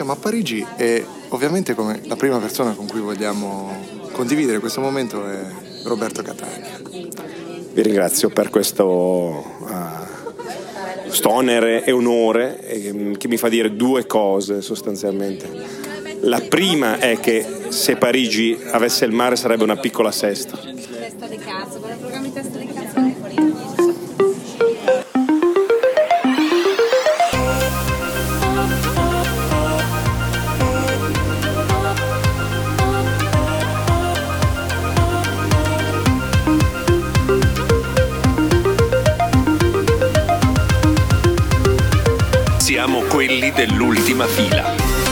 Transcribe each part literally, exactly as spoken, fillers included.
siamo a Parigi e ovviamente come la prima persona con cui vogliamo condividere questo momento è Roberto Catania. Vi ringrazio per questo uh, onere e onore eh, che mi fa dire due cose sostanzialmente. La prima è che se Parigi avesse il mare sarebbe una piccola Sesta. Testa di cazzo, quella programma di testa di cazzo. Siamo quelli dell'ultima fila.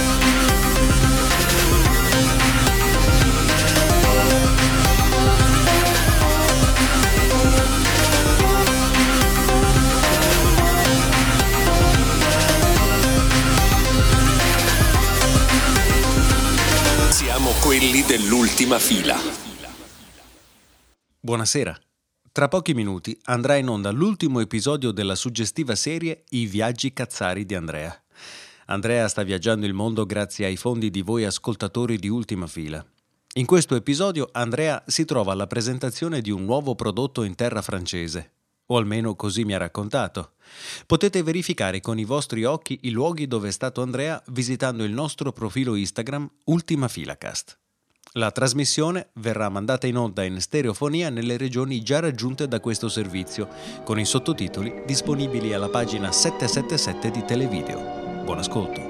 Siamo quelli dell'ultima fila. Buonasera. Tra pochi minuti andrà in onda l'ultimo episodio della suggestiva serie I viaggi cazzari di Andrea. Andrea sta viaggiando il mondo grazie ai fondi di voi ascoltatori di Ultima Fila. In questo episodio Andrea si trova alla presentazione di un nuovo prodotto in terra francese, o almeno così mi ha raccontato. Potete verificare con i vostri occhi i luoghi dove è stato Andrea visitando il nostro profilo Instagram Ultima Filacast. La trasmissione verrà mandata in onda in stereofonia nelle regioni già raggiunte da questo servizio, con i sottotitoli disponibili alla pagina settecentosettantasette di Televideo. Buon ascolto.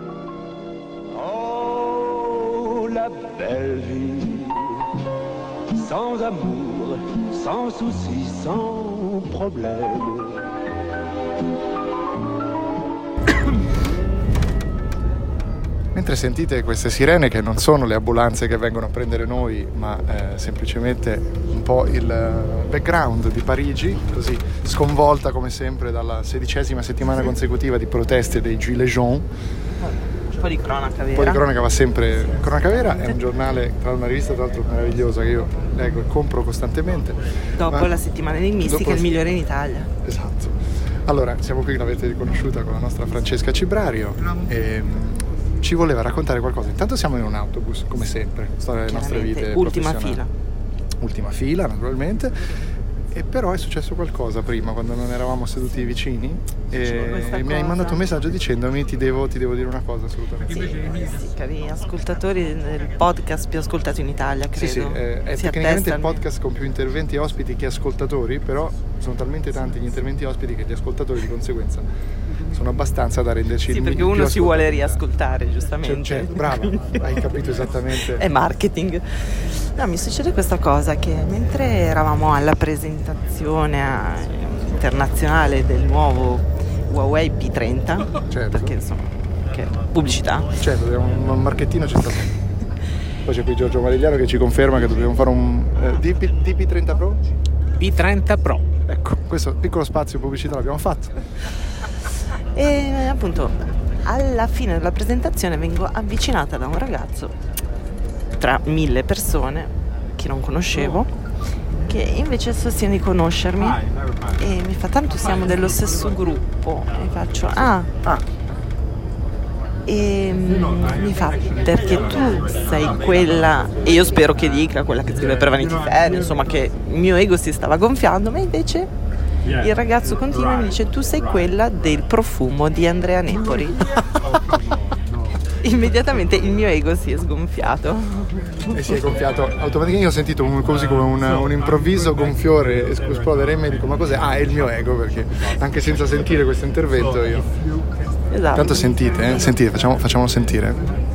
Oh, la belle vie, sans amour, sans soucis, sans problème. Mentre sentite queste sirene, che non sono le ambulanze che vengono a prendere noi, ma eh, semplicemente un po' il background di Parigi, così sconvolta come sempre dalla sedicesima settimana consecutiva di proteste dei Gilets jaunes. Un po' di cronaca vera. Un po' di cronaca va sempre. Cronaca vera è un giornale, tra una rivista tra l'altro meravigliosa, che io leggo e compro costantemente. Dopo ma... la settimana enigmistica, dopo... il migliore in Italia. Esatto. Allora, siamo qui, l'avete riconosciuta, con la nostra Francesca Cibrario e ci voleva raccontare qualcosa. Intanto siamo in un autobus, come sempre, storia delle nostre vite. Ultima fila. Ultima fila, naturalmente. E però è successo qualcosa prima, quando non eravamo seduti vicini, e mi hai mandato un messaggio dicendomi ti devo, ti devo dire una cosa assolutamente. Sì, sì, cari ascoltatori del podcast più ascoltato in Italia, credo. Sì, sì, è, è tecnicamente il podcast con più interventi ospiti che ascoltatori, però sono talmente tanti gli interventi ospiti che gli ascoltatori di conseguenza sono abbastanza da renderci. Sì, perché uno si vuole riascoltare, giustamente. Cioè, cioè, brava, hai capito esattamente. È marketing. No, mi succede questa cosa che mentre eravamo alla presentazione internazionale del nuovo Huawei P trenta, certo. Perché insomma, che pubblicità. Certo, un marchettino c'è stato. Poi c'è qui Giorgio Marigliano che ci conferma che dobbiamo fare un eh, D P trenta Pro? P trenta Pro. Ecco, questo piccolo spazio pubblicità l'abbiamo fatto. E appunto alla fine della presentazione vengo avvicinata da un ragazzo tra mille persone che non conoscevo, che invece sostiene di conoscermi e mi fa: tanto siamo dello stesso gruppo. E faccio ah, ah. E mi fa: perché tu sei quella, e io spero che dica quella che scrive per Vanity Fair, insomma, che il mio ego si stava gonfiando, ma invece il ragazzo continua e mi dice: tu sei quella del profumo di Andrea Nepori. Immediatamente il mio ego si è sgonfiato. E si è gonfiato automaticamente. Io ho sentito un, così come un, un improvviso gonfiore esplodere in me, dico: ma cos'è? Ah, è il mio ego, perché anche senza sentire questo intervento io. Esatto. Tanto sentite, eh? Sentite, facciamo, facciamolo sentire.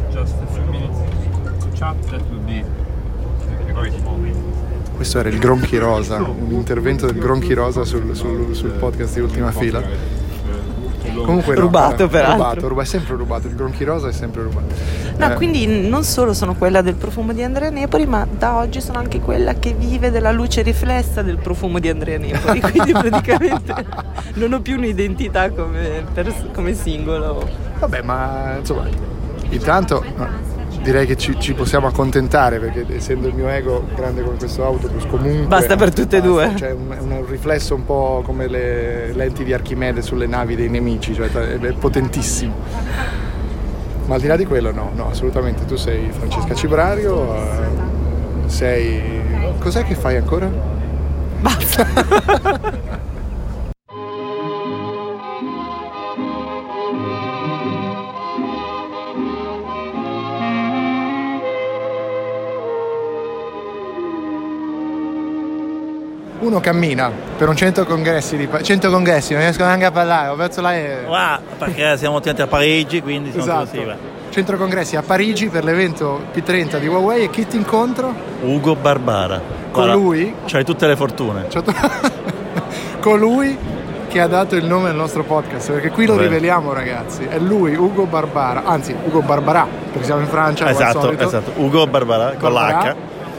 Questo era il Gronchi Rosa, un intervento del Gronchi Rosa sul, sul, sul podcast di Ultima Fila. Comunque no, rubato eh, peraltro rubato, rubato, è sempre rubato, il Gronchi Rosa è sempre rubato. No, eh. quindi non solo sono quella del profumo di Andrea Nepori, ma da oggi sono anche quella che vive della luce riflessa del profumo di Andrea Nepori. Quindi praticamente non ho più un'identità come, pers- come singolo. Vabbè, ma insomma, intanto direi che ci, ci possiamo accontentare, perché essendo il mio ego grande come questo autobus, comunque basta per tutte e due. Cioè un, un riflesso un po' come le lenti di Archimede sulle navi dei nemici, cioè è potentissimo. Ma al di là di quello no, no, assolutamente. Tu sei Francesca Cibrario, eh, sei... Cos'è che fai ancora? Basta. Uno cammina per un centro congressi di cento congressi, non riesco neanche a parlare, ho perso l'aereo. Ah, perché siamo tutti a Parigi, quindi sono Esatto. così, beh. Centro congressi a Parigi per l'evento P trenta di Huawei, e chi ti incontro? Ugo Barbara. Colui, c'hai tutte le fortune. colui che ha dato il nome al nostro podcast, perché qui lo Beh. riveliamo, ragazzi, è lui, Ugo Barbara, anzi Ugo Barbarà, perché siamo in Francia. Esatto, esatto, Ugo Barbara con Barbarà. l'H.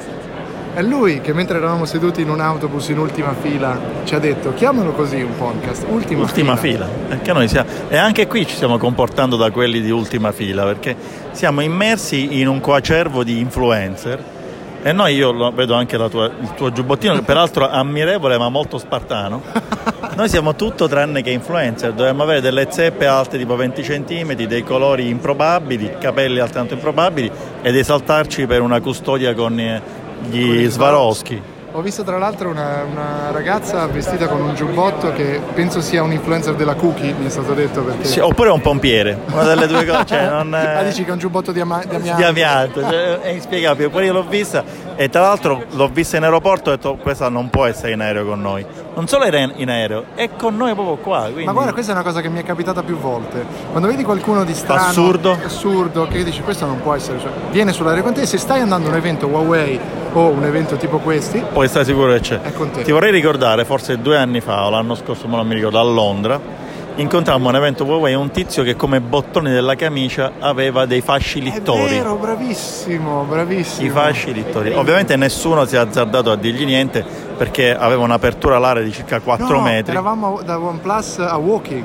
È lui che, mentre eravamo seduti in un autobus in ultima fila, ci ha detto: chiamalo così un podcast, ultima, Ultima fila. fila, perché noi siamo, e anche qui ci stiamo comportando da quelli di ultima fila, perché siamo immersi in un coacervo di influencer. E noi, io lo vedo anche la tua, il tuo giubbottino, che peraltro ammirevole ma molto spartano. Noi siamo tutto tranne che influencer, dovremmo avere delle zeppe alte tipo venti centimetri, dei colori improbabili, capelli altrettanto improbabili, ed esaltarci per una custodia con gli Swarovski. Ho visto tra l'altro una, una ragazza vestita con un giubbotto che penso sia un influencer della Cookie, mi è stato detto, perché... Sì, oppure un pompiere, una delle due cose. Cioè non è... Ah, dici che è un giubbotto di, ama- di amianto? Di amianto, cioè, è inspiegabile. Poi io l'ho vista, e tra l'altro l'ho vista in aeroporto e ho detto: questa non può essere in aereo con noi. Non solo era in aereo, è con noi proprio qua. Quindi... Ma guarda, questa è una cosa che mi è capitata più volte. Quando vedi qualcuno di strano, assurdo, assurdo che dici questo non può essere, cioè, viene sull'aereo con te, se stai andando a un evento Huawei o un evento tipo questi, poi stai sicuro che c'è. È con te. Ti vorrei ricordare, forse due anni fa o l'anno scorso, ma non mi ricordo, a Londra incontrammo a un evento Huawei un tizio che come bottoni della camicia aveva dei fasci littori. È vero, bravissimo, bravissimo. I fasci littori. Ovviamente nessuno si è azzardato a dirgli niente, perché aveva un'apertura all'aria di circa quattro no, metri. Eravamo da OnePlus a Walking.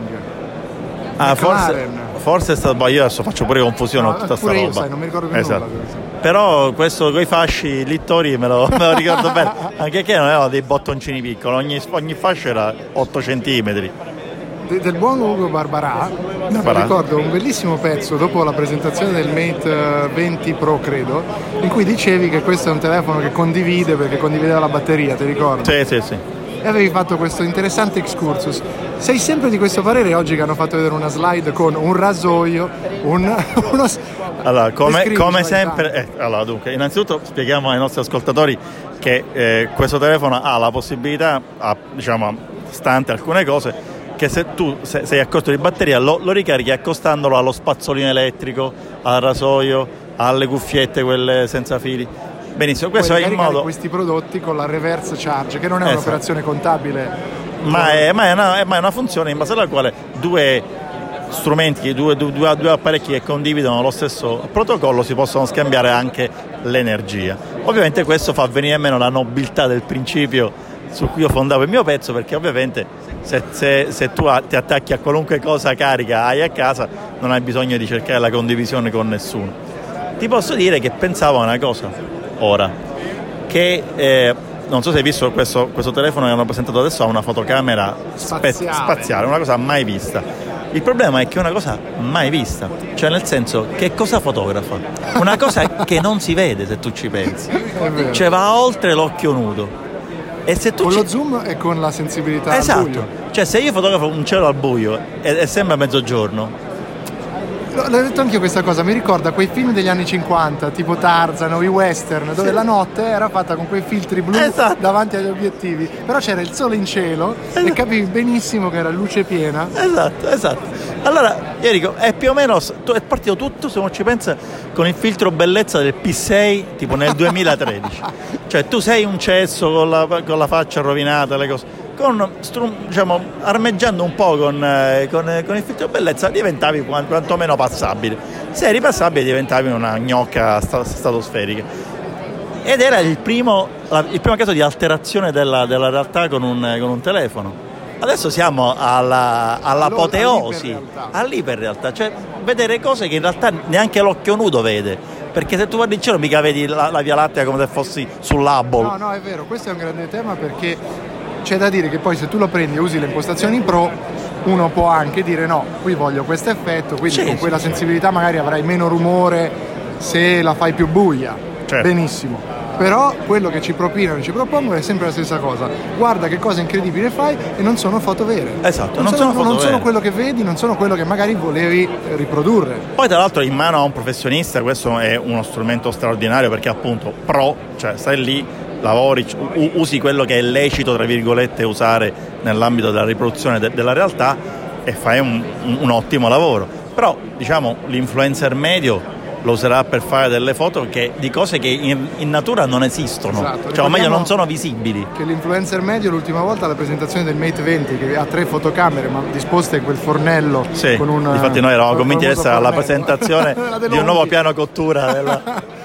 Ah, forse, forse è stato. Boh, io adesso faccio pure confusione No, con tutta sta pure io, roba. sai, non mi ricordo più esatto. nulla. Però questo coi fasci littori me lo, me lo ricordo bene, anche che non erano dei bottoncini piccoli, ogni, ogni fascia era otto centimetri. De, del buon Ugo Barbarà, Barbarà. ricordo un bellissimo pezzo dopo la presentazione del Mate venti Pro, credo, in cui dicevi che questo è un telefono che condivide perché condivideva la batteria, ti ricordi? Sì, sì, sì. E avevi fatto questo interessante excursus. Sei sempre di questo parere oggi che hanno fatto vedere una slide con un rasoio, un, uno... Allora, come, come Descrivici, sempre, eh, allora, dunque, innanzitutto spieghiamo ai nostri ascoltatori che eh, questo telefono ha la possibilità, ha, diciamo, stante alcune cose, che se tu se, sei a corto di batteria lo, lo ricarichi accostandolo allo spazzolino elettrico, al rasoio, alle cuffiette quelle senza fili. Benissimo, questo è il modo. Questi prodotti con la reverse charge, che non è Esatto. un'operazione contabile, ma è, ma, è una, ma è una funzione in base alla quale due strumenti, due, due, due apparecchi che condividono lo stesso protocollo si possono scambiare anche l'energia. Ovviamente questo fa venire meno la nobiltà del principio su cui io fondavo il mio pezzo, perché ovviamente se, se, se tu ti attacchi a qualunque cosa carica hai a casa non hai bisogno di cercare la condivisione con nessuno. Ti posso dire che pensavo a una cosa ora, che eh, non so se hai visto questo, questo telefono che hanno presentato adesso, ha una fotocamera spe- Spaziale. spaziale, una cosa mai vista. Il problema è che è una cosa mai vista, cioè nel senso, che cosa fotografa? Una cosa che non si vede, se tu ci pensi, cioè va oltre l'occhio nudo. E se tu con ci... lo zoom e con la sensibilità esatto. al buio. Cioè se io fotografo un cielo al buio e, e sembra mezzogiorno. L'ho detto anch'io questa cosa, mi ricorda quei film degli anni cinquanta, tipo Tarzan o i western, dove sì. la notte era fatta con quei filtri blu esatto. davanti agli obiettivi, però c'era il sole in cielo esatto. e capivi benissimo che era luce piena. Esatto, esatto. Allora, io dico, è più o meno, è partito tutto, se uno ci pensa, con il filtro bellezza del P sei, tipo nel duemilatredici. Cioè tu sei un cesso con la, con la faccia rovinata, le cose... Con, diciamo, armeggiando un po' con, eh, con, con il filtro bellezza diventavi quantomeno passabile. Se eri passabile diventavi una gnocca stratosferica. Ed era il primo, il primo caso di alterazione della, della realtà con un, con un telefono. Adesso siamo alla, all'apoteosi, all'iperrealtà. all'iperrealtà, cioè vedere cose che in realtà neanche l'occhio nudo vede. Perché se tu guardi in cielo mica vedi la, la Via Lattea come se fossi sull'Hubble. No, no, è vero, questo è un grande tema, perché c'è da dire che poi se tu lo prendi e usi le impostazioni Pro uno può anche dire no, qui voglio questo effetto, quindi Sì, con sì, quella sì. sensibilità magari avrai meno rumore se la fai più buia. Certo. Benissimo. Però quello che ci propinano e ci propongono è sempre la stessa cosa. Guarda che cosa incredibile fai, e non sono foto vere. Esatto, non, non sono, sono foto non sono vere. quello che vedi, non sono quello che magari volevi riprodurre. Poi tra l'altro in mano a un professionista questo è uno strumento straordinario, perché appunto pro, cioè stai lì, lavori, u- usi quello che è lecito tra virgolette usare nell'ambito della riproduzione de- della realtà e fai un, un, un ottimo lavoro. Però diciamo l'influencer medio lo userà per fare delle foto che, di cose che in, in natura non esistono, Esatto. cioè o meglio Ricordiamo non sono visibili. Che l'influencer medio l'ultima volta alla presentazione del Mate venti, che ha tre fotocamere ma disposte in quel fornello, Sì, con un, infatti noi eravamo con il convinti di essere alla famoso fornello. presentazione La di un DeLonghi. nuovo piano cottura della...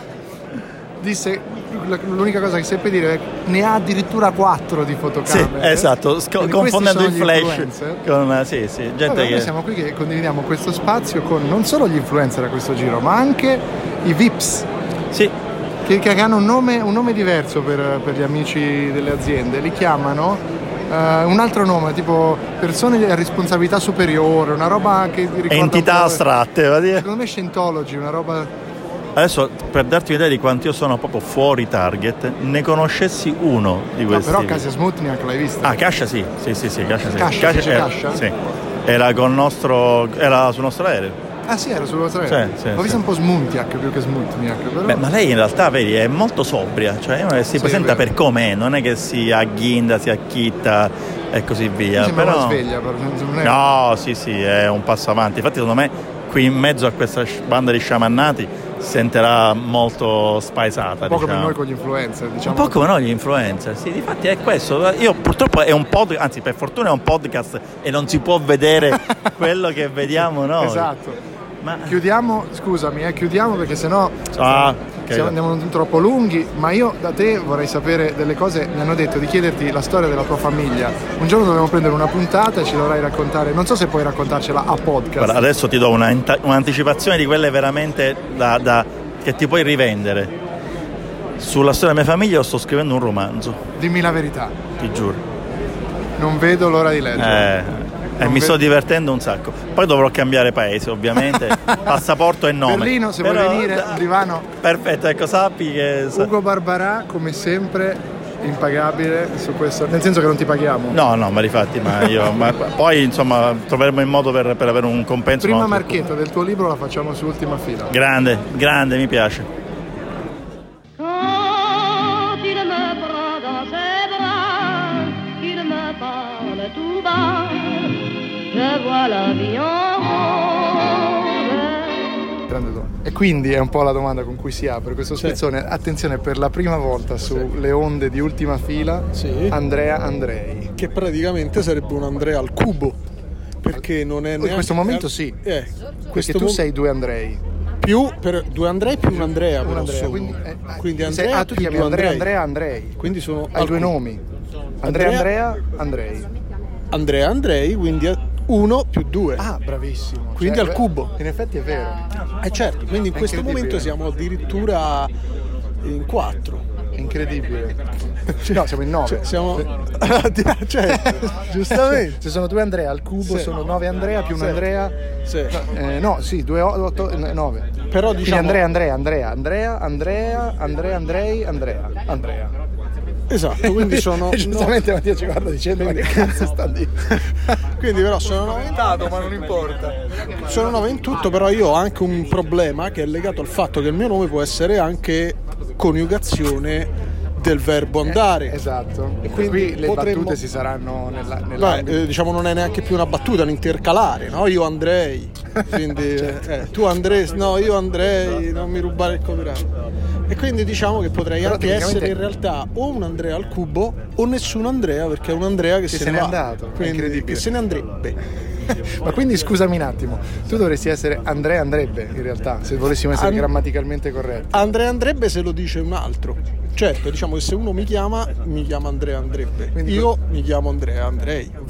Disse l'unica cosa che seppe dire è ne ha addirittura quattro di Sì, fotocamere. esatto, sco- Quindi confondendo il questi sono gli flash influencer. con sì, sì, gente Vabbè, che noi siamo qui che condividiamo questo spazio con non solo gli influencer a questo giro, ma anche i V I Ps. Sì. Che, che hanno un nome, un nome diverso per, per gli amici delle aziende. Li chiamano eh, un altro nome, tipo persone a responsabilità superiore, una roba che ricorda entità un po'- astratte, va a dire. Secondo me Scientology, una roba. Adesso per darti un'idea di quanto io sono proprio fuori target, ne conoscessi uno di No, questi. però Kasia Smutniak l'hai vista? Ah, Cascia sì, sì, sì, sì, Cascia sì. Cascia, si dice era, Cascia? sì. Era col nostro era sul nostro aereo. Ah sì, era sul vostro Sì, aereo. sì, Ho visto sì. un po' Smuntiak più che Smutniak, però. Beh, ma lei in realtà, vedi, è molto sobria, cioè è una che si Sì, presenta è vero. per com'è, non è che si agghinda, si acchitta e così via. Mi sembra Però... una sveglia, però non è... No, sì, sì, è un passo avanti. Infatti, secondo me, qui in mezzo a questa sh- banda di sciamannati si sentirà molto spaesata. un po' come diciamo. noi con gli influencer, diciamo. Un po' come noi gli influencer, sì, difatti è questo. Io purtroppo è un podcast, anzi per fortuna è un podcast e non si può vedere quello che vediamo noi. Esatto. Ma... Chiudiamo, scusami, eh, chiudiamo perché sennò Ah, siamo, andiamo troppo lunghi, ma io da te vorrei sapere delle cose. Mi hanno detto di chiederti la storia della tua famiglia. Un giorno dobbiamo prendere una puntata e ce la dovrai raccontare. Non so se puoi raccontarcela a podcast. Guarda, adesso ti do una, un'anticipazione di quelle veramente da, da, che ti puoi rivendere. Sulla storia della mia famiglia sto scrivendo un romanzo. Dimmi la verità. Ti giuro. Non vedo l'ora di leggere. Eh, e mi sto divertendo un sacco. Poi dovrò cambiare paese, ovviamente. Passaporto e nome. Berlino, se Però- vuoi venire, Divano. Perfetto, ecco, sappi che... Ugo Barbarà, come sempre, impagabile su questo. Nel senso che non ti paghiamo. No, no, ma difatti, ma io... ma poi, insomma, troveremo il modo per, per avere un compenso. Prima ma- marchetta del tuo libro la facciamo su Ultima Fila. Grande, grande, mi piace. Quand il me prend dans ses bras, qu'il me parle tout bas, je vois la vie en rose. Grande domanda. E quindi è un po' la domanda con cui si apre questo spezzone. Attenzione, per la prima volta sulle onde di Ultima Fila, Sì. Andrea Andrei. Che praticamente sarebbe un Andrea al cubo, perché non è In neanche... questo momento sì. Eh, Perché questo tu mo- sei due Andrei. più per due Andrei più un Andrea, Un però Andrea, sono. quindi, eh, Quindi sei- Andrea ah, tu ti più chiami due Andrea, Andrei. Andrea Andrei. Quindi sono Hai al due cubo. nomi. Andrea Andrea- Andrea Andrei. Andrea Andrei, quindi uno più due. Ah, bravissimo. Quindi Cioè, al cubo. In effetti è vero. Eh certo, quindi in È questo incredibile. momento siamo addirittura in quattro. Incredibile. No, siamo in nove. Cioè, siamo... cioè, giustamente. Se sono due Andrea al cubo Sì. sono nove Andrea più un Sì. Andrea. Sì. Eh, no, sì, due otto, nove. Però Quindi diciamo... Andrea, Andrea, Andrea, Andrea, Andrea, Andrea, Andrei, Andrea, Andrea. Esatto, quindi sono... E giustamente Mattia ci guarda dicendo ma che cazzo sta di. Quindi però sono nove ma non importa. Sono nove in tutto, però io ho anche un problema che è legato al fatto che il mio nome può essere anche coniugazione del verbo andare. Esatto. E quindi qui le potremmo- battute si saranno nella, Beh, nell'ambito. eh, diciamo non è neanche più una battuta, è un intercalare, no? Io andrei, quindi Certo. eh, tu andrei, no, io andrei, non mi rubare il copyright. E quindi diciamo che potrei Però anche tecnicamente- essere in realtà o un Andrea al cubo o nessun Andrea, perché è un Andrea che, Che se, se ne n'è va. andato, è Quindi, incredibile. che se ne andrebbe. Ma quindi scusami un attimo, tu dovresti essere Andrea Andrebbe in realtà, se volessimo essere An- grammaticalmente corretti. Andrea andrebbe se lo dice un altro. Certo, diciamo che se uno mi chiama, mi chiama Andrea Andrebbe. Quindi Io mi chiamo Andrea Andrei, ovviamente.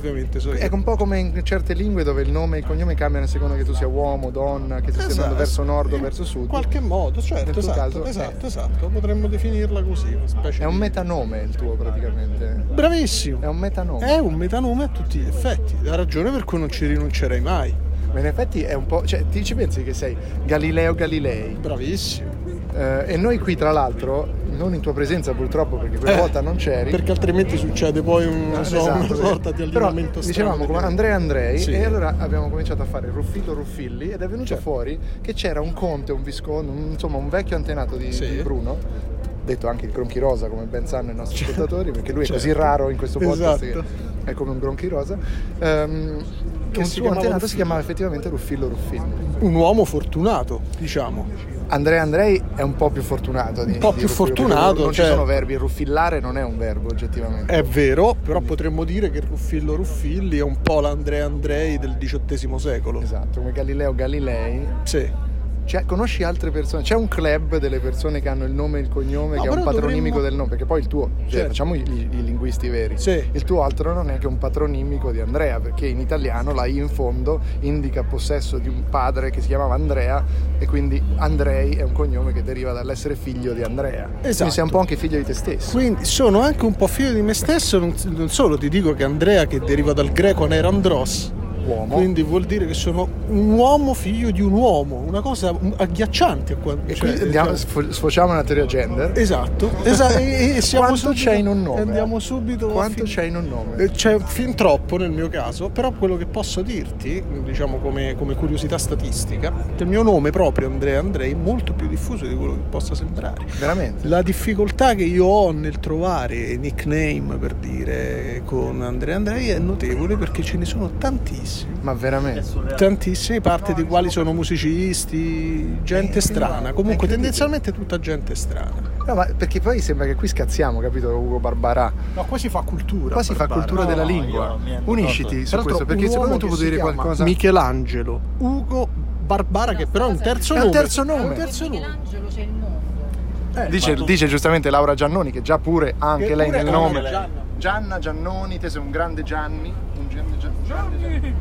ovviamente so io. È un po' come in certe lingue dove il nome e il cognome cambiano a seconda che tu sia uomo, donna, che tu stia andando verso nord o verso sud. In qualche modo, certo, Nel tuo esatto, caso esatto, è... esatto, potremmo definirla così, una specie È un di... metanome il tuo praticamente. Bravissimo. È un metanome. È un metanome a tutti gli effetti, ha ragione per cui non ci rinuncerei mai. Ma in effetti è un po', cioè ti ci pensi che sei Galileo Galilei? Bravissimo. Eh, e noi qui tra l'altro, non in tua presenza purtroppo perché quella eh, volta non c'eri, perché altrimenti succede poi un, no, so, esatto, una sorta di allineamento però, strano. dicevamo come Andrea Andrei, sì. E allora abbiamo cominciato a fare Ruffillo Ruffilli ed è venuto certo. fuori che c'era un conte, un visconte, un, insomma un vecchio antenato di, sì. di Bruno, detto anche il Gronchi Rosa come ben sanno i nostri certo. ascoltatori, perché lui è certo. così raro in questo podcast esatto. che è come un Gronchi Rosa, um, che un suo antenato Ruffillo. Si chiamava effettivamente Ruffillo Ruffilli, un uomo fortunato, diciamo. Andrea Andrei è un po' più fortunato di, un po' di più Ruffillo, fortunato, non cioè... ci sono verbi, ruffillare non è un verbo oggettivamente. È vero, però potremmo dire che Ruffillo Ruffilli è un po' l'Andrea Andrei del diciottesimo secolo. Esatto, come Galileo Galilei. Sì. Cioè, conosci altre persone? C'è un club delle persone che hanno il nome e il cognome, no, che è un patronimico dovremmo... del nome, perché poi il tuo, cioè, certo. facciamo i, i linguisti veri, sì. Il tuo altro non è che un patronimico di Andrea, perché in italiano la I in fondo indica possesso di un padre che si chiamava Andrea e quindi Andrei è un cognome che deriva dall'essere figlio di Andrea. Esatto. Quindi sei un po' anche figlio di te stesso. Quindi sono anche un po' figlio di me stesso, non, non solo ti dico che Andrea, che deriva dal greco anerandros, uomo. Quindi vuol dire che sono un uomo figlio di un uomo, una cosa agghiacciante. E cioè, qui andiamo, cioè... sfociamo nella teoria gender. Esatto, esatto. E, e siamo Quanto subito, c'è in un nome? Andiamo subito. Quanto fin... c'è in un nome? C'è fin troppo nel mio caso, però quello che posso dirti, diciamo come, come curiosità statistica, che il mio nome proprio, Andrea Andrei, è molto più diffuso di quello che possa sembrare. Veramente? La difficoltà che io ho nel trovare nickname, per dire, con Andrea Andrei è notevole perché ce ne sono tantissimi. Ma veramente? Tantissime, parte dei quali sono musicisti, gente strana, comunque tendenzialmente tutta gente strana. No, ma perché poi sembra che qui scazziamo, capito, Ugo Barbarà? No, qua si fa cultura. Qua si fa Barbara. cultura no, della no, lingua. Niente, Unisciti su questo, perché secondo me tu puoi dire qualcosa. Michelangelo, Ugo Barbara, che però è un terzo è nome. Un terzo nome. È un terzo nome. Michelangelo c'è il mondo. Eh, dice, tu... dice giustamente Laura Giannoni, che già pure ha anche che lei pure nel ha nome. Gianna. Gianna Giannoni, te sei un grande Gianni. Un grande Gianni. Gianni.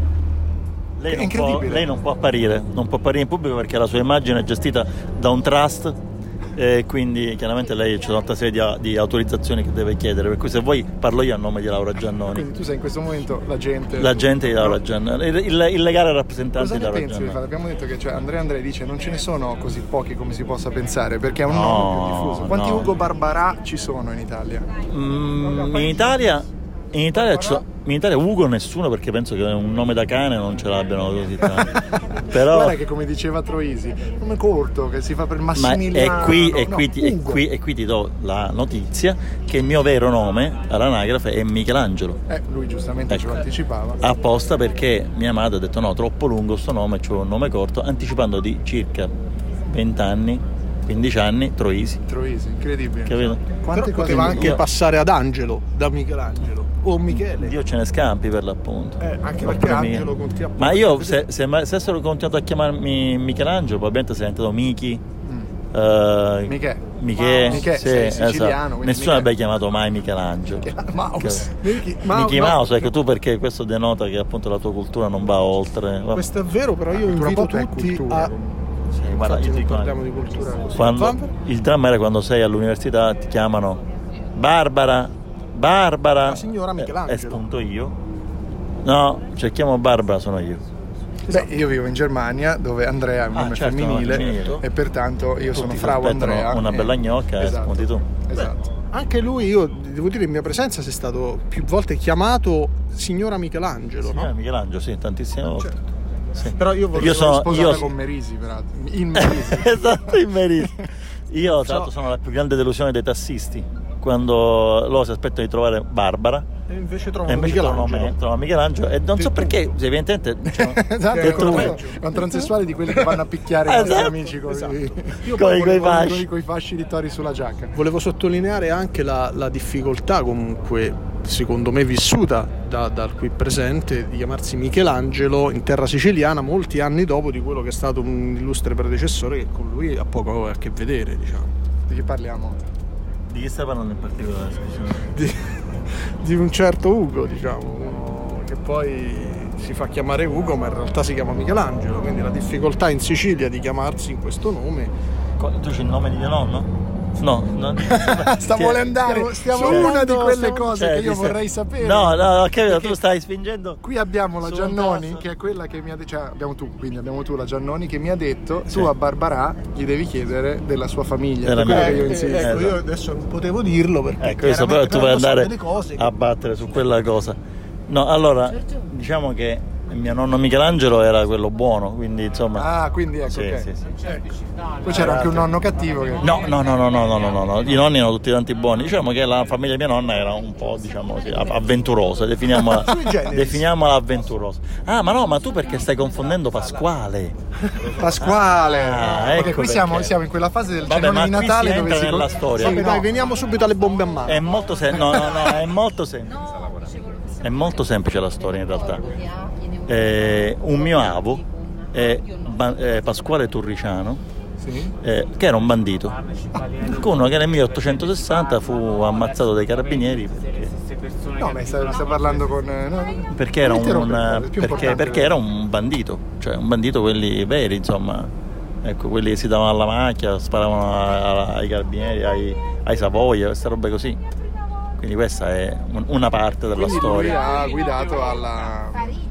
Lei non, può, lei non può apparire, non può apparire in pubblico perché la sua immagine è gestita da un trust e quindi chiaramente lei c'è tutta serie di, di autorizzazioni che deve chiedere, per cui se vuoi parlo io a nome di Laura Giannoni. Quindi tu sei in questo momento l'agente l'agente di Laura Giannoni, il, il, il legale rappresentante Cosa di Laura ne pensi? Giannoni. Abbiamo detto che cioè, Andrea Andrei dice non ce ne sono così pochi come si possa pensare, perché è un no, nome più diffuso. Quanti no. Ugo Barbarà ci sono in Italia? Mm, in Italia In Italia, in Italia Ugo nessuno, perché penso che un nome da cane non ce l'abbiano così tanto. Però guarda che, come diceva Troisi, nome corto che si fa per Massimiliano. Ma è qui, no, e, qui no, ti, e, qui, e qui ti do la notizia che il mio vero nome all'anagrafe è Michelangelo. Eh, lui giustamente ecco. ce lo anticipava. Apposta perché mia madre ha detto no, troppo lungo sto nome, c'ho un nome corto, anticipando di circa venti anni, quindici anni, Troisi. Troisi, incredibile. Capito? Quante Però poteva anche io... passare ad Angelo, da Michelangelo. O Michele. Dio ce ne scampi per l'appunto. Eh, anche perché Angelo continua a Ma io se, se, se avessero continuato a chiamarmi Michelangelo probabilmente sarei diventato Michi. Mm. Uh, Michè. Michè, Michè, sì, sei siciliano, esatto. Nessuno Michè. abbia chiamato mai Michelangelo. Mouse. Mickey Mouse, Mouse, ecco tu, perché questo denota che appunto la tua cultura non va oltre. Va. Questo è vero, però io invito tutti a sì, guarda, io dico, parliamo di cultura così. Quando, il dramma era quando sei all'università ti chiamano Barbara, Barbara. La signora Michelangelo. E spunto io. No, cerchiamo Barbara, sono io. Beh, io vivo in Germania dove Andrea è un ah, nome certo, femminile no, e pertanto io tutti sono Frau Andrea. Una bella gnocca e esatto, spunti tu. Esatto. Beh, anche lui, io devo dire in mia presenza, sei stato più volte chiamato signora Michelangelo, signora no? Michelangelo, sì, tantissime volte. Certo. Sì. Però io volevo io sono sposata io... con Merisi, peraltro. In Merisi. Esatto, in Merisi. Io tra l'altro sono la più grande delusione dei tassisti, quando loro si aspettano di trovare Barbara e invece trovano e invece Michelangelo. trovano me, trovano Michelangelo e non so perché, evidentemente diciamo, esatto, è un, un transessuale di quelli che vanno a picchiare i nostri esatto. amici con, esatto. i, Io con, volevo, i fasci. con i fasci di tori sulla giacca. Volevo sottolineare anche la, la difficoltà comunque secondo me vissuta da, dal qui presente di chiamarsi Michelangelo in terra siciliana molti anni dopo di quello che è stato un illustre predecessore che con lui ha poco a che vedere, diciamo. Di chi parliamo? Di chi stai parlando in particolare? Di, di un certo Ugo, diciamo. che poi si fa chiamare Ugo, ma in realtà si chiama Michelangelo, quindi la difficoltà in Sicilia di chiamarsi in questo nome. Tu c'è il nome di mio nonno? No, non... sta vuole andare stiamo, stiamo sì, una di quelle stiamo... cose cioè, che io stai... vorrei sapere. No, no, ho capito, tu stai spingendo. Qui abbiamo la Giannoni, che è quella che mi ha detto, cioè abbiamo tu, quindi abbiamo tu la Giannoni che mi ha detto sì. Tu a Barbarà gli devi chiedere della sua famiglia, della mia... che io eh, insisto. Ecco, io adesso non potevo dirlo perché ecco, io però tu vuoi andare cose a battere su quella cosa. No, allora, diciamo che mio nonno Michelangelo era quello buono, quindi insomma. Ah, quindi ecco. Sì, okay. sì, sì. Poi c'era anche un nonno cattivo che... No, no, no, no, no, no, no, no. I nonni erano tutti tanti buoni. Diciamo che la famiglia di mia nonna era un po', diciamo così, avventurosa, definiamola, definiamola avventurosa. Ah, ma no, ma tu perché stai confondendo Pasquale? Pasquale! Ah, ecco perché qui siamo, siamo in quella fase del cenone di Natale dove si nella storia. Sì, no. Dai, veniamo subito alle bombe a mano. È molto semplice. No, no, no, è molto semplice. È molto semplice la storia in realtà. Eh, un mio avo è eh, Pasquale Turriciano, sì. eh, che era un bandito, uno che nel milleottocentosessanta fu ammazzato dai carabinieri perché, no, ma stai, stai parlando con no, perché, era un, perché, perché era un bandito, cioè un bandito quelli veri, insomma, ecco, quelli che si davano alla macchia, sparavano ai carabinieri, ai, ai Savoia, queste robe così. Quindi questa è una parte della Quindi storia. Lui ha guidato alla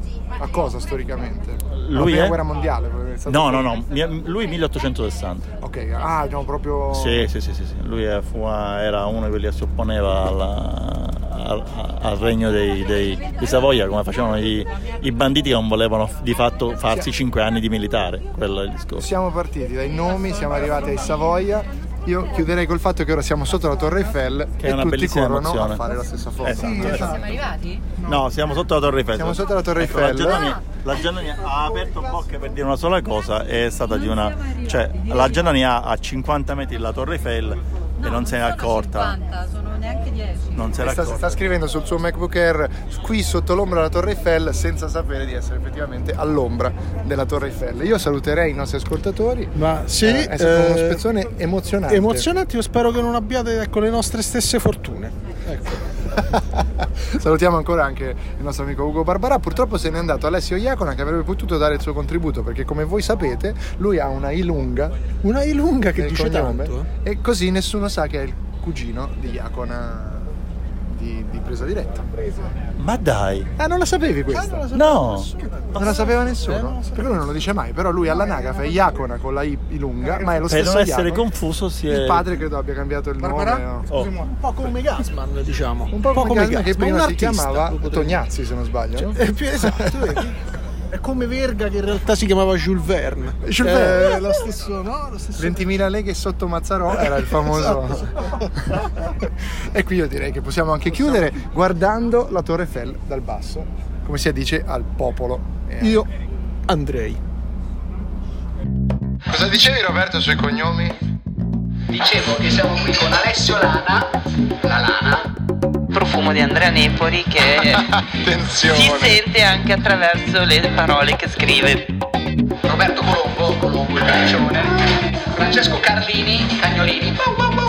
a cosa storicamente? Lui la è guerra mondiale? No, no, no, lui milleottocentosessanta. Ok, ah, no, proprio. Sì, sì, sì, sì, sì. Lui è, fu, era uno di quelli che si opponeva alla, al, al regno dei, dei, di Savoia, come facevano i, i banditi che non volevano di fatto farsi cinque anni di militare. Quello è il discorso. Siamo partiti dai nomi, siamo arrivati ai Savoia. Io chiuderei col fatto che ora siamo sotto la Torre Eiffel che e è una tutti bellissima corrono emozione. a fare la stessa foto. Eh, sì, esatto. Siamo arrivati? No, siamo sotto la Torre Eiffel. Siamo sotto la Torre ecco, Eiffel. La Giannoni, la Giannoni ha aperto bocca per dire una sola cosa, è stata di una, cioè la Giannoni ha a cinquanta metri la Torre Eiffel no, e non se ne è accorta. cinquanta, sono neanche dieci. Non se ne sta, sta scrivendo sul suo MacBook Air qui sotto l'ombra della Torre Eiffel senza sapere di essere effettivamente all'ombra della Torre Eiffel. Io saluterei i nostri ascoltatori. Ma sì, eh, è stata eh, uno spezzone emozionante. Emozionante, io spero che non abbiate ecco, le nostre stesse fortune. Ecco. Salutiamo ancora anche il nostro amico Ugo Barbarà. Purtroppo se n'è andato Alessio Iacona che avrebbe potuto dare il suo contributo perché come voi sapete lui ha una I lunga una I lunga che dice cognome, tanto eh? E così nessuno sa che è il cugino di Iacona di, di Presa Diretta. Ma dai, ah non la sapevi questa? Ah, non la no nessuno. Non la sapeva nessuno? Eh, non la sapeva. Perché lui non lo dice mai, però lui all'anagrafe è Iacona con la I, I lunga, ma è lo per stesso non essere Iacona. confuso si è... Il padre credo abbia cambiato il Barbarà? nome no? Oh. Un po' come Gassman, diciamo. Un po' come Gassman che prima si artista, chiamava Tognazzi se non sbaglio, no? Cioè, eh, esatto, vedi? È come Verga che in realtà si chiamava Jules Verne. Jules Verne. Eh, lo stesso, no? Lo stesso... ventimila leghe sotto Mazzarò era il famoso. Esatto. E qui io direi che possiamo anche chiudere guardando la Torre Eiffel dal basso, come si dice al popolo. Io andrei. Cosa dicevi Roberto sui cognomi? Dicevo che siamo qui con Alessio Lana, la Lana, profumo di Andrea Nepori che attenzione si sente anche attraverso le parole che scrive. Roberto Colombo, Colombo il piccione, Francesco Carlini, i cagnolini.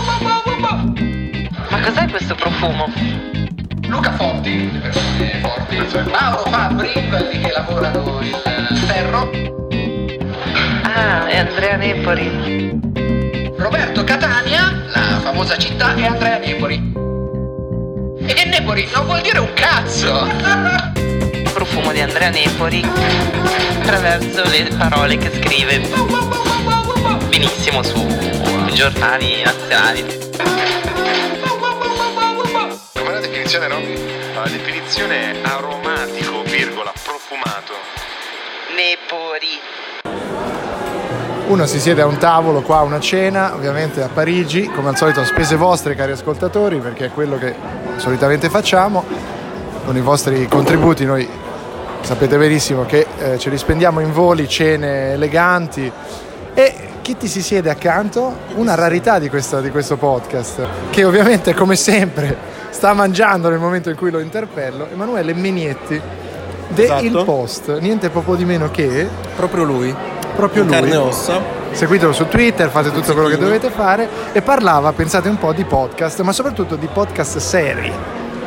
Ma cos'è questo profumo? Luca Forti, le persone forti, Mauro Fabbri, quelli che lavorano il ferro. Ah, è Andrea Nepori. Roberto Catania, la famosa città, e Andrea Nepori. E che Nepori non vuol dire un cazzo! Profumo di Andrea Nepori attraverso le parole che scrive benissimo su giornali nazionali. Com'è la definizione, Robby? La definizione è aromatico, virgola, profumato. Nepori. Uno si siede a un tavolo qua a una cena, ovviamente a Parigi, come al solito a spese vostre cari ascoltatori, perché è quello che solitamente facciamo. Con i vostri contributi noi sapete benissimo che eh, ce li spendiamo in voli, cene eleganti. E chi ti si siede accanto? Una rarità di, questa, di questo podcast, che ovviamente come sempre sta mangiando nel momento in cui lo interpello, Emanuele Menietti de Esatto. Il Post, niente poco di meno che proprio lui proprio lui, carne e ossa. Seguitelo su Twitter, fate tutto quello che dovete fare. E parlava, pensate un po', di podcast, ma soprattutto di podcast seri,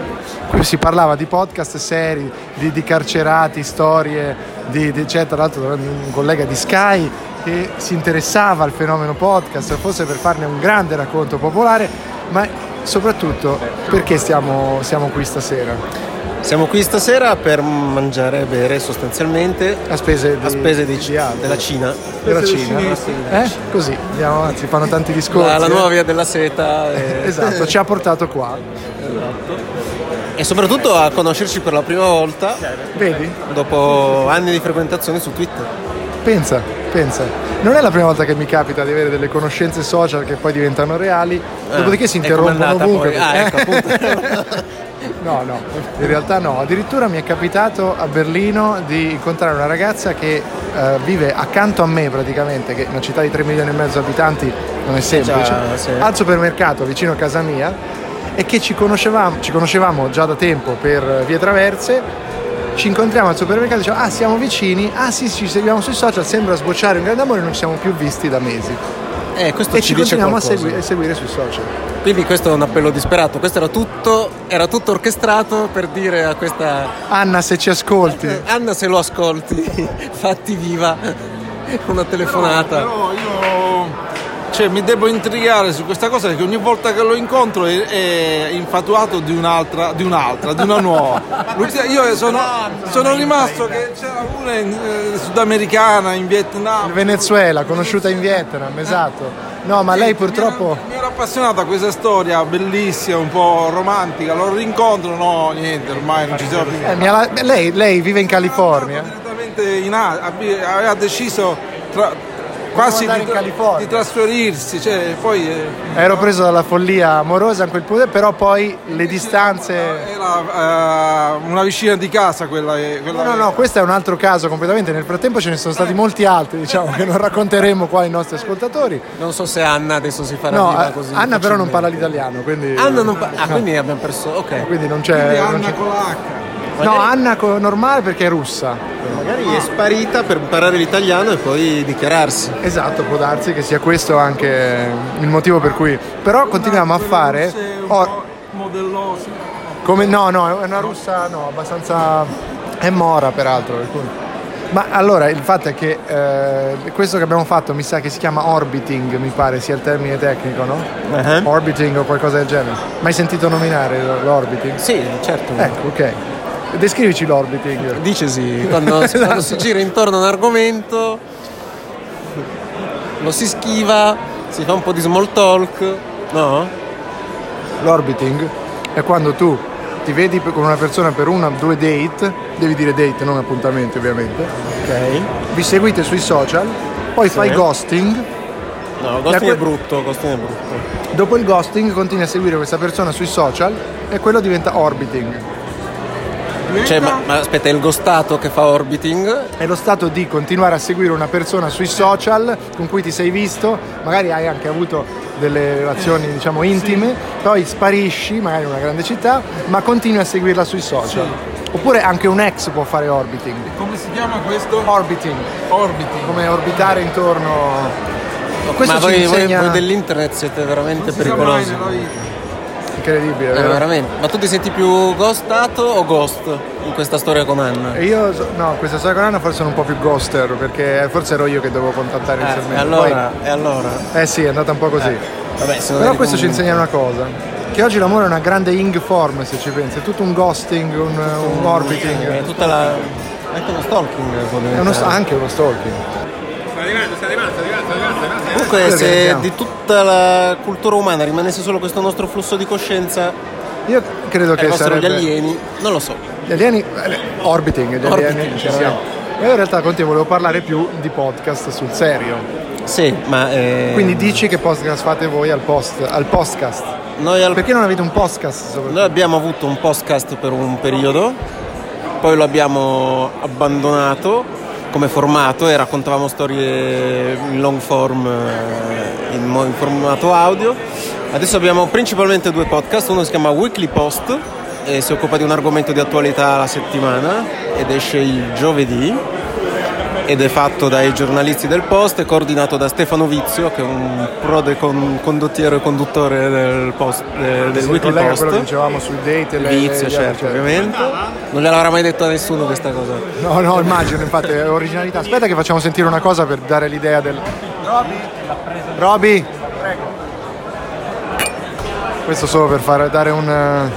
qui si parlava di podcast seri, di, di carcerati, storie, di, di, c'è tra l'altro un collega di Sky che si interessava al fenomeno podcast, forse per farne un grande racconto popolare, ma soprattutto perché stiamo, siamo qui stasera. Siamo qui stasera per mangiare e bere sostanzialmente a spese, di, a spese di, di altri. della Cina. Della Cina, eh? Così, andiamo avanti, fanno tanti discorsi. La, la eh. nuova via della seta. E... esatto, ci ha portato qua. Esatto. E soprattutto a conoscerci per la prima volta. Vedi? Dopo anni di frequentazione su Twitter. Pensa, pensa. Non è la prima volta che mi capita di avere delle conoscenze social che poi diventano reali, eh, dopodiché si interrompono ovunque. Ah, ecco, appunto. No, no, in realtà no. Addirittura mi è capitato a Berlino di incontrare una ragazza che uh, vive accanto a me praticamente, che in una città di tre milioni e mezzo di abitanti non è semplice, già, sì. al supermercato vicino a casa mia, e che ci conoscevamo, ci conoscevamo già da tempo per vie traverse. Ci incontriamo al supermercato e diciamo: ah, siamo vicini, ah sì, ci seguiamo sui social, sembra sbocciare un grande amore, non ci siamo più visti da mesi. Eh, questo e ci ci dice continuiamo a, qualcosa. segui- a seguire sui social. Quindi questo è un appello disperato, questo era tutto, era tutto orchestrato per dire a questa... Anna, se ci ascolti. Anna, se lo ascolti, fatti viva una telefonata. Però, però io... Cioè, mi devo intrigare su questa cosa perché ogni volta che lo incontro è, è infatuato di un'altra, di un'altra, di una nuova. Io sono, sono rimasto che c'era una in, eh, sudamericana in Vietnam. In Venezuela, conosciuta in Vietnam, esatto. No, ma lei purtroppo... Mi ero appassionata a questa storia bellissima, un po' romantica. Lo rincontro, no, niente, ormai non ci siamo più. Eh, mi ha- lei, lei vive in California? Direttamente in A- aveva deciso tra- quasi di, in California. di trasferirsi, cioè poi eh, Ero preso dalla follia amorosa in quel punto, però poi le distanze... era uh, una vicina di casa quella, quella No, no, no, questo è un altro caso completamente. Nel frattempo ce ne sono stati molti altri, diciamo, che non racconteremo qua ai nostri ascoltatori. Non so se Anna adesso si farà No, viva così. Anna però non parla l'italiano, quindi... Anna non parla... Ah, quindi abbiamo perso... Ok. Quindi non c'è... Quindi non Anna c'è- con l'H. No, Anna co- normale perché è russa. Magari è sparita per imparare l'italiano e poi dichiararsi. Esatto, può darsi che sia questo anche il motivo per cui... Però continuiamo a fare... Oh, Modellosi. come... No, no, è una russa, no, abbastanza... È mora peraltro. per cui- Ma allora, il fatto è che eh, questo che abbiamo fatto mi sa che si chiama orbiting, mi pare sia il termine tecnico, no? Uh-huh. Orbiting o qualcosa del genere. Mai sentito nominare l'orbiting? Sì, certo. Ecco, ok. Descrivici l'orbiting. Dicesi, quando, quando si gira intorno a un argomento, lo si schiva, si fa un po' di small talk, no? L'orbiting è quando tu ti vedi con una persona per una o due date, devi dire date, non appuntamenti ovviamente. Ok. Vi seguite sui social, poi Sì. fai ghosting. No, ghosting que- è brutto, ghosting è brutto. Dopo il ghosting continui a seguire questa persona sui social e quello diventa orbiting. Cioè, ma, ma aspetta, è il ghostato che fa orbiting? È lo stato di continuare a seguire una persona sui social con cui ti sei visto, magari hai anche avuto delle relazioni diciamo intime, poi sparisci magari in una grande città, ma continui a seguirla sui social. Oppure anche un ex può fare orbiting. Come si chiama questo? Orbiting. Orbiting. Come orbitare intorno. Questo ma ci voi, insegna... voi, voi dell'internet siete veramente pericolosi. Incredibile, Eh, vero? veramente. Ma tu ti senti più ghostato o ghost in questa storia con Anna? E io, so- no, questa storia con Anna forse sono un po' più ghoster, perché forse ero io che dovevo contattare Eh, inizialmente. e allora, Poi- e allora? eh sì, è andata un po' così. Vabbè, se non Però eri questo ci convinto. insegna una cosa, che oggi l'amore è una grande ing form, se ci pensi, è tutto un ghosting, un, un orbiting. È tutta la... anche uno stalking. può È uno, diventare. anche uno stalking. Sta arrivando, sta arrivando, sta arrivando, sta arrivando, sta arrivando. Comunque, Perché se andiamo? di tutta la cultura umana rimanesse solo questo nostro flusso di coscienza, Io credo e che fossero sarebbe... gli alieni, non lo so. Gli alieni, eh, orbiting, gli Orbiting, alieni ci chiaramente. siamo. Ma io in realtà con te volevo parlare più di podcast sul serio. Sì, ma... eh, Quindi dici che podcast fate voi al post, al podcast. Noi, al- Perché non avete un podcast soprattutto? noi abbiamo avuto un podcast per un periodo, poi lo abbiamo abbandonato come formato e raccontavamo storie in long form, eh, in, mo- in formato audio. Adesso abbiamo principalmente due podcast, uno si chiama Weekly Post e si occupa di un argomento di attualità alla settimana ed esce il giovedì, ed è fatto dai giornalisti del Post, è coordinato da Stefano Vizio, che è un prode con, condottiero e conduttore del, post, eh, del sì, Weekly collega Post. Quello che dicevamo sui date. Le, Vizio, le, certo, certo, ovviamente. Non gliel'avrà mai detto a nessuno questa cosa. No, no, immagino, infatti è originalità. Aspetta che facciamo sentire una cosa per dare l'idea del... Roby? Roby? Prego. Questo solo per far dare un...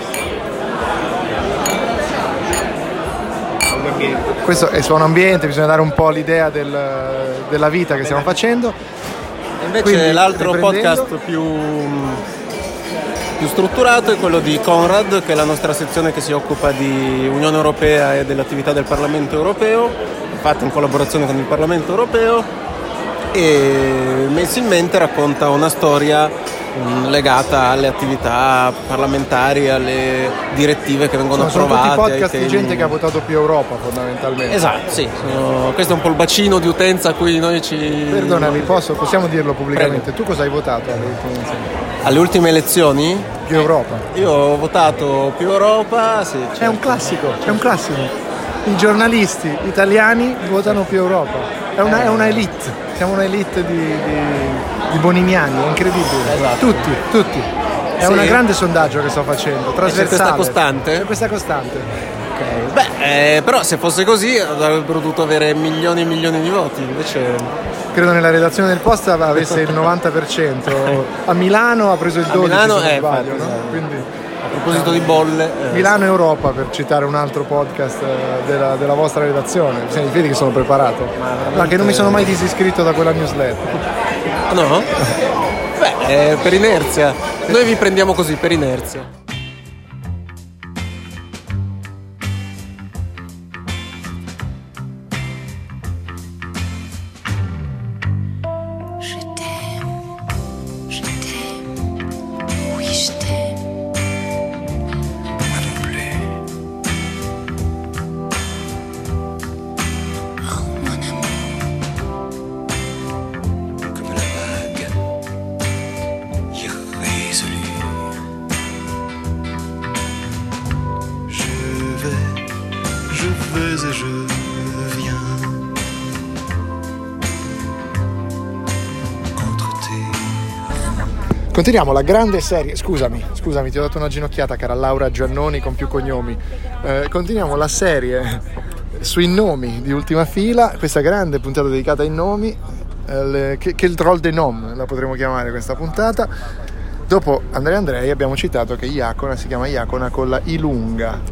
Questo è suono ambiente, bisogna dare un po' l'idea del, della vita che stiamo facendo. Invece Quindi, l'altro riprendendo... podcast più, più strutturato è quello di Conrad, che è la nostra sezione che si occupa di Unione Europea e dell'attività del Parlamento Europeo, fatta in collaborazione con il Parlamento Europeo, e mensilmente racconta una storia legata alle attività parlamentari, alle direttive che vengono sono, approvate. Sono tutti podcast temi... di gente che ha votato più Europa, fondamentalmente. Esatto, sì. Sono... Questo è un po' il bacino di utenza a cui noi ci... Perdonami, posso, possiamo dirlo pubblicamente? Prego. Tu cosa hai votato alle ultime elezioni? Alle ultime elezioni? Più Europa. Io ho votato più Europa, sì. Certo. È un classico, è un classico. I giornalisti italiani votano più Europa. È una, è una elite. Siamo una elite di, di, di boniniani, è incredibile. Esatto. Tutti, tutti. È sì. un grande sondaggio che sto facendo, trasversale. C'è questa costante? C'è questa costante. Ok. Beh, eh, però se fosse così avrebbero dovuto avere milioni e milioni di voti, invece... Credo nella redazione del Post avesse il novanta per cento. A Milano ha preso il dodici per cento, Milano se non è, sbaglio, infatti, no? Quindi... A proposito di bolle, eh. Milano Europa, per citare un altro podcast della, della vostra redazione. Senti, vedi che sono preparato. Veramente... No, che non mi sono mai disiscritto da quella newsletter. No? Beh, eh, per inerzia. Noi vi prendiamo così, per inerzia. Continuiamo la grande serie, scusami, scusami, ti ho dato una ginocchiata, cara Laura Giannoni con più cognomi. Eh, continuiamo la serie sui nomi di Ultima Fila, questa grande puntata dedicata ai nomi, eh, le, che, che il troll dei nom la potremmo chiamare questa puntata. Dopo Andrea Andrei abbiamo citato che Iacona si chiama Iacona con la I lunga.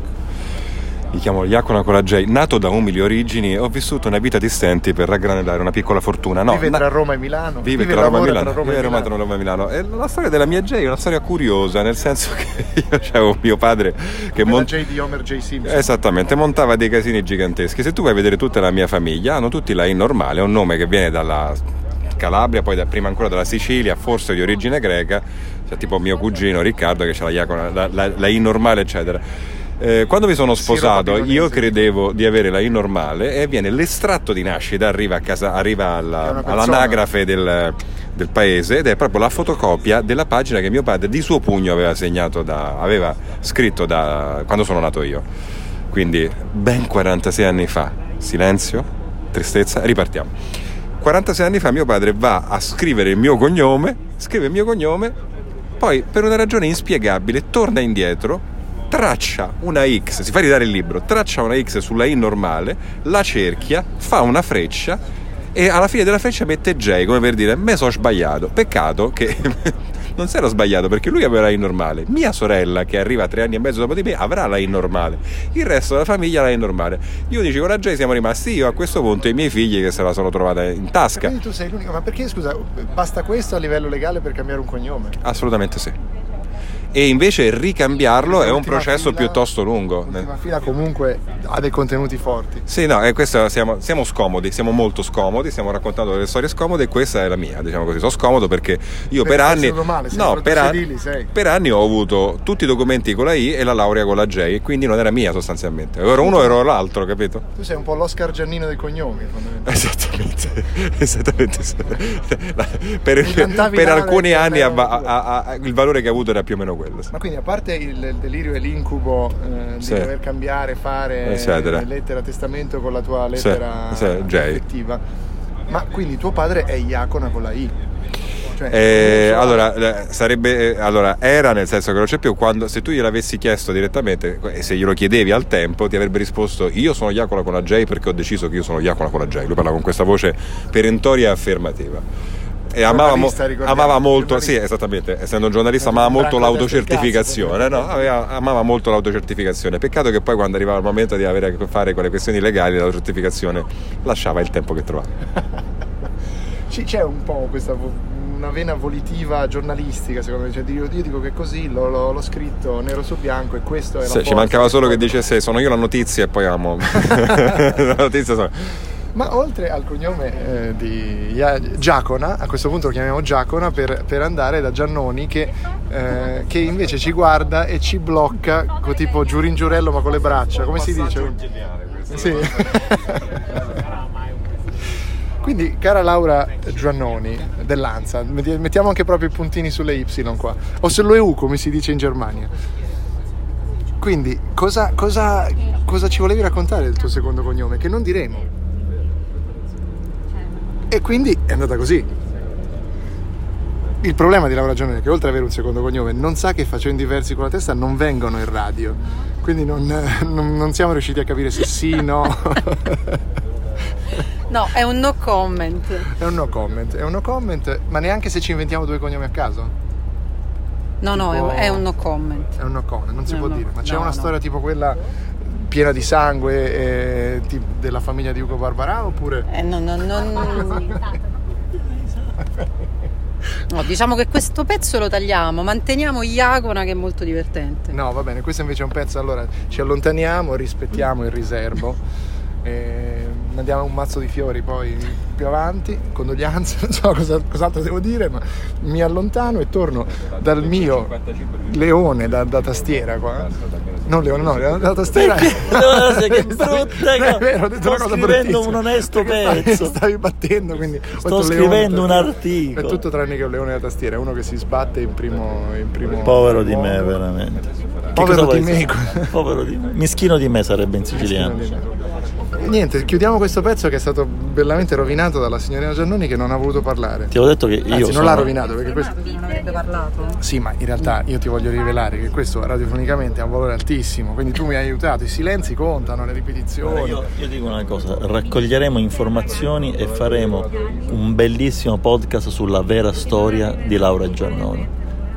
Mi chiamo Iacona con la J, nato da umili origini, ho vissuto una vita di stenti per raggranellare una piccola fortuna. No, vive na- tra Roma e Milano. Vive, vive tra Roma e Milano. Tra Roma e Roma, tra Roma e Milano. E la storia della mia J è una storia curiosa, nel senso che io avevo mio padre che mont- la J di Homer J. Simpson. Esattamente, montava dei casini giganteschi. Se tu vai a vedere tutta la mia famiglia, hanno tutti la I normale, è un nome che viene dalla Calabria, poi da, prima ancora dalla Sicilia, forse di origine greca, cioè tipo mio cugino Riccardo che ha la Iacona, la, la, la I normale, eccetera. Eh, quando mi sono sposato io credevo di avere la I normale e viene l'estratto di nascita, arriva a casa, arriva alla, all'anagrafe del, del paese ed è proprio la fotocopia della pagina che mio padre di suo pugno aveva segnato da, aveva scritto da quando sono nato io, quindi ben quarantasei anni fa. Silenzio, tristezza, ripartiamo. quarantasei anni fa mio padre va a scrivere il mio cognome, scrive il mio cognome, poi per una ragione inspiegabile torna indietro, traccia una X, si fa ridare il libro, traccia una X sulla I normale, la cerchia, fa una freccia e alla fine della freccia mette J, come per dire me so sbagliato. Peccato che non si era sbagliato, perché lui aveva la I normale, mia sorella che arriva tre anni e mezzo dopo di me avrà la I normale, il resto della famiglia la I normale. Io dici con la J siamo rimasti io a questo punto e i miei figli che se la sono trovata in tasca. Quindi tu sei l'unico, ma perché scusa, basta questo a livello legale per cambiare un cognome? Assolutamente sì. E invece ricambiarlo è un processo fila, piuttosto lungo. L'ultima fila comunque ha dei contenuti forti. Sì, no, e questo siamo, siamo scomodi, siamo molto scomodi, stiamo raccontando delle storie scomode e questa è la mia, diciamo così. Sono scomodo perché io per, per anni male, no, per, an- sedili, sei. per anni ho avuto tutti i documenti con la I e la laurea con la J, e quindi non era mia sostanzialmente. Ero uno, ero l'altro, capito? Tu sei un po' l'Oscar Giannino dei cognomi, esattamente. Esattamente. per, per alcuni anni a, a, a, il valore che ha avuto era più o meno quello. Sì. Ma quindi a parte il, il delirio e l'incubo eh, di sì. dover cambiare, fare eccetera. lettera testamento con la tua lettera sì, sì, effettiva, ma quindi tuo padre è Iacona con la I? Cioè, Eh, so. allora, sarebbe, eh, allora era nel senso che non c'è più, quando, se tu gliel'avessi chiesto direttamente e se glielo chiedevi al tempo ti avrebbe risposto io sono Iacona con la J perché ho deciso che io sono Iacona con la J. Lui parla con questa voce perentoria e affermativa e amava, mo- amava molto, sì esattamente, essendo un giornalista amava molto l'autocertificazione, no? Aveva, amava molto l'autocertificazione, peccato che poi quando arrivava il momento di avere a che fare con le questioni legali l'autocertificazione lasciava il tempo che trovava. C'è un po' questa una vena volitiva giornalistica secondo me, cioè, io, io dico che così l'ho, l'ho, l'ho scritto nero su bianco e questo è la sì, ci mancava solo che dicesse sono io la notizia e poi amo la notizia sono... Ma oltre al cognome eh, di Giacona, a questo punto lo chiamiamo Giacona per, per andare da Giannoni che, eh, che invece ci guarda e ci blocca con tipo giurin giurello ma con le braccia, come si dice? Sì. Quindi, cara Laura Giannoni dell'Anza, mettiamo anche proprio i puntini sulle Y qua, o sulle E U come si dice in Germania. Quindi, cosa, cosa, cosa ci volevi raccontare del tuo secondo cognome? Che non diremo. E quindi è andata così. Il problema di Laura Giannoni è che oltre ad avere un secondo cognome non sa che facendo i versi con la testa non vengono in radio. Quindi non, non, non siamo riusciti a capire se sì, no... No, è un no comment. È un no comment, è un no comment, ma neanche se ci inventiamo due cognomi a caso? No, tipo... no, è un no comment. È un no comment, non si no, può no, dire, ma c'è no, una no. storia tipo quella piena di sangue eh, tipo della famiglia di Ugo Barbarà oppure? Eh, no, no, no. No, diciamo che questo pezzo lo tagliamo, manteniamo Iacona che è molto divertente. No, va bene, questo invece è un pezzo, allora ci allontaniamo, rispettiamo il riservo. E mandiamo un mazzo di fiori poi più avanti, condoglianze, non so cosa, cos'altro devo dire, ma mi allontano e torno dal mio leone da, da tastiera qua. Non leone, no, leone da tastiera. Che brutta, è vero, ho detto sto una cosa scrivendo un onesto pezzo. Stavi battendo, quindi sto scrivendo un articolo. È tutto tranne che un leone da tastiera, è uno che si sbatte in primo, in primo povero di me, veramente. Povero di me. Povero di me. Mischino di me sarebbe in siciliano. Niente, chiudiamo questo pezzo che è stato bellamente rovinato dalla signorina Giannoni che non ha voluto parlare. Ti ho detto che io Anzi, non sono... l'ha rovinato perché questo... Non avrebbe parlato? Sì, ma in realtà io ti voglio rivelare che questo radiofonicamente ha un valore altissimo, quindi tu mi hai aiutato, i silenzi contano, le ripetizioni. Io, io dico una cosa, raccoglieremo informazioni e faremo un bellissimo podcast sulla vera storia di Laura Giannoni.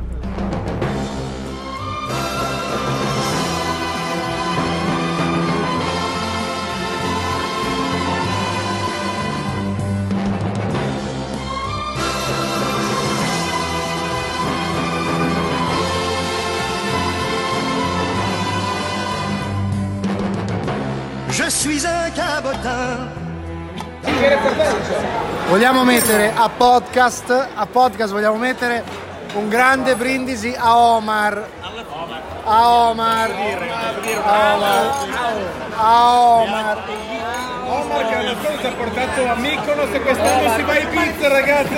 Je suis un cabotin. Vogliamo mettere a podcast, a podcast vogliamo mettere un grande brindisi a Omar. A Omar. A Omar. A Omar. Omar che l'anno scorso ha portato a Mykonos e quest'anno si va in pizza, ragazzi.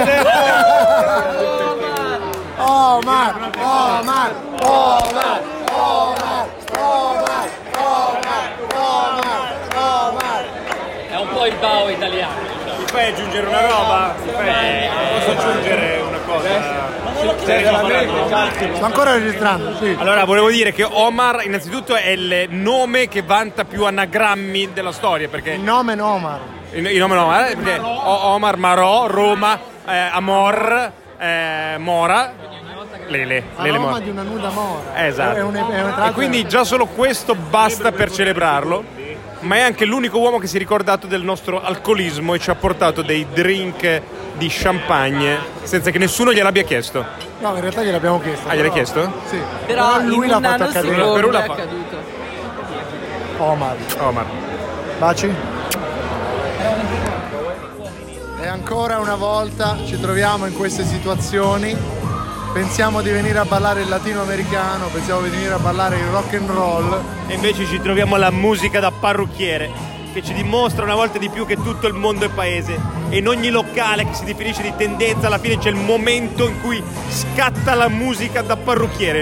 Omar, Omar, Omar, Omar, Omar, Omar, Omar, Omar. È un po' il bao italiano. Mi fai aggiungere una roba? Mi fai... Posso aggiungere una cosa? Sto ancora registrando, sì. Allora, volevo dire che Omar innanzitutto è il nome che vanta più anagrammi della storia, perché... Il nome è Omar. Il, il nome è Omar, perché Omar, Marò, Roma, eh, Amor, eh, Mora, Lele, Lele Roma Mora. di una nuda mora. Esatto. È un, è un, e quindi già solo questo basta per celebrarlo, ma è anche l'unico uomo che si è ricordato del nostro alcolismo e ci ha portato dei drink di champagne senza che nessuno gliel'abbia chiesto. No, in realtà gliel'abbiamo chiesto. Ah, gliel'hai chiesto? Sì. Però lui in l'ha un fatto anno accadere. secondo Perù l'ha è fatto. accaduto. Omar. Omar. Baci. E ancora una volta ci troviamo in queste situazioni. Pensiamo di venire a ballare il latinoamericano, pensiamo di venire a ballare il rock and roll. E invece ci troviamo alla musica da parrucchiere, che ci dimostra una volta di più che tutto il mondo è paese e in ogni locale che si definisce di tendenza alla fine c'è il momento in cui scatta la musica da parrucchiere.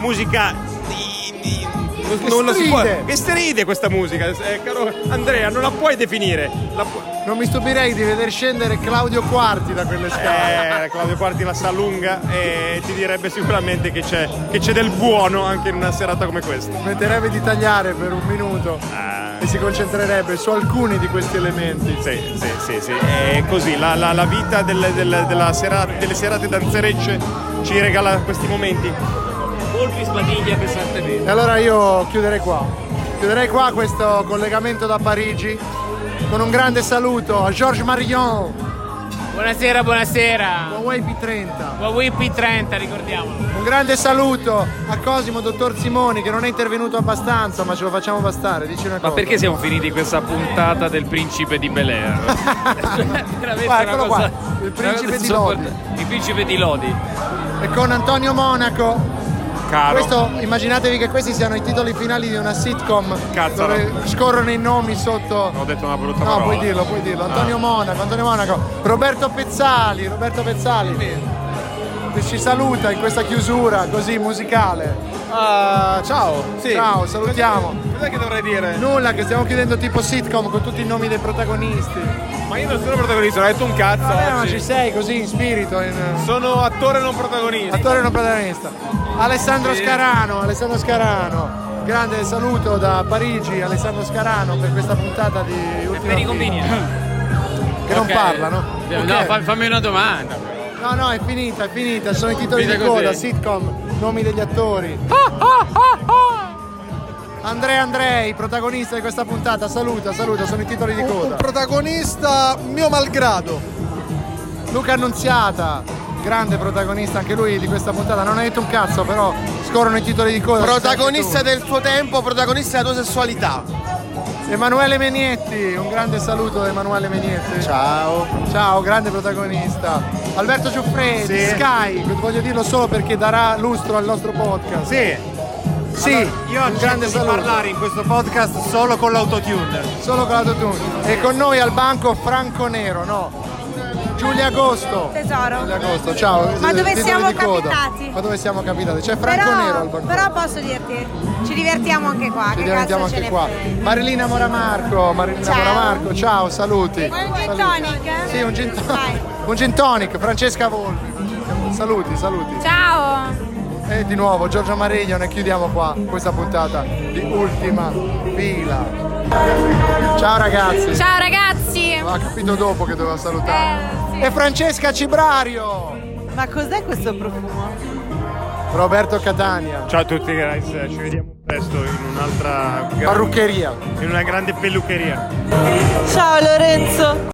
musica di, di, non lo si può, che stride questa musica, eh, caro Andrea, non la puoi definire. La pu- non mi stupirei di vedere scendere Claudio Quarti da quelle scale. Eh, Claudio Quarti la sa lunga e ti direbbe sicuramente che c'è, che c'è del buono anche in una serata come questa. Smetterebbe di tagliare per un minuto ah. e si concentrerebbe su alcuni di questi elementi. Sì, sì, sì, sì. È così, la, la, la vita del, del, della serata, delle serate danzerecce ci regala questi momenti. Colpi, sbadiglia, pesante bene. E allora io chiuderei qua. Chiuderei qua questo collegamento da Parigi con un grande saluto a Georges Marion. Buonasera, buonasera. Huawei P trenta. Huawei P trenta, ricordiamolo. Un grande saluto a Cosimo, dottor Simoni, che non è intervenuto abbastanza, ma ce lo facciamo bastare. Dici una ma cosa. Perché siamo finiti questa puntata del principe di Bel Air? Veramente una cosa, qua, il principe di Lodi. Il principe di Lodi. E con Antonio Monaco. Caro. Questo, immaginatevi che questi siano i titoli finali di una sitcom. Cazzo, dove scorrono i nomi sotto. Ho detto una brutta no, parola. No, puoi dirlo, puoi dirlo. Antonio ah. Monaco, Antonio Monaco, Roberto Pezzali, Roberto Pezzali. Che ci saluta in questa chiusura così musicale. Uh, ciao, sì. Ciao, salutiamo. Cos'è che dovrei dire? Nulla, che stiamo chiudendo tipo sitcom con tutti i nomi dei protagonisti. Ma io non sono protagonista, non ho detto un cazzo. Vabbè, oggi. ma ci sei così in spirito. In... Sono attore non protagonista. Attore non protagonista. Alessandro sì. Scarano, Alessandro Scarano. Grande saluto da Parigi, Alessandro Scarano, per questa puntata di Ultima Fila. Che non okay. parla, no? No, Okay. fammi una domanda. No, no, è finita, è finita. Sono i titoli Finita di coda, così. sitcom, nomi degli attori. Andrea Andrei, protagonista di questa puntata, saluta, saluta, sono i titoli di coda. Un protagonista mio malgrado. Luca Annunziata, grande protagonista anche lui di questa puntata. Non ha detto un cazzo, però scorrono i titoli di coda. Protagonista del tuo tempo, protagonista della tua sessualità. Emanuele Menietti, un grande saluto da Emanuele Menietti. Ciao. Ciao, grande protagonista. Alberto Giuffredi, sì. Sky, voglio dirlo solo perché darà lustro al nostro podcast. Sì. Sì, allora, io un grande di saluto. parlare in questo podcast solo con l'autotune. Solo con l'autotune. E con noi al banco Franco Nero, no? Giulia Agosto. Tesoro. Giulia Agosto, ciao. Ma dove Titoli siamo di coda. capitati? Ma dove siamo capitati? C'è Franco però, Nero al banco. Però posso dirti, ci divertiamo anche qua. Ci che divertiamo cazzo anche ce qua. ne frega. Marilina Moramarco, Marilina Ciao. Moramarco, ciao, saluti. Vuoi un gin tonic? Sì, un gin tonic. Un gin tonic, Francesca Volpi. Saluti, saluti. Ciao. E di nuovo Giorgio Mariglione, chiudiamo qua questa puntata di Ultima Fila. Ciao ragazzi. Ciao ragazzi. Ha capito dopo che doveva salutare. Eh, sì. E Francesca Cibrario. Ma cos'è questo profumo? Roberto Catania. Ciao a tutti guys, ci vediamo presto in un'altra gran... parruccheria. In una grande pelucheria. Ciao Lorenzo.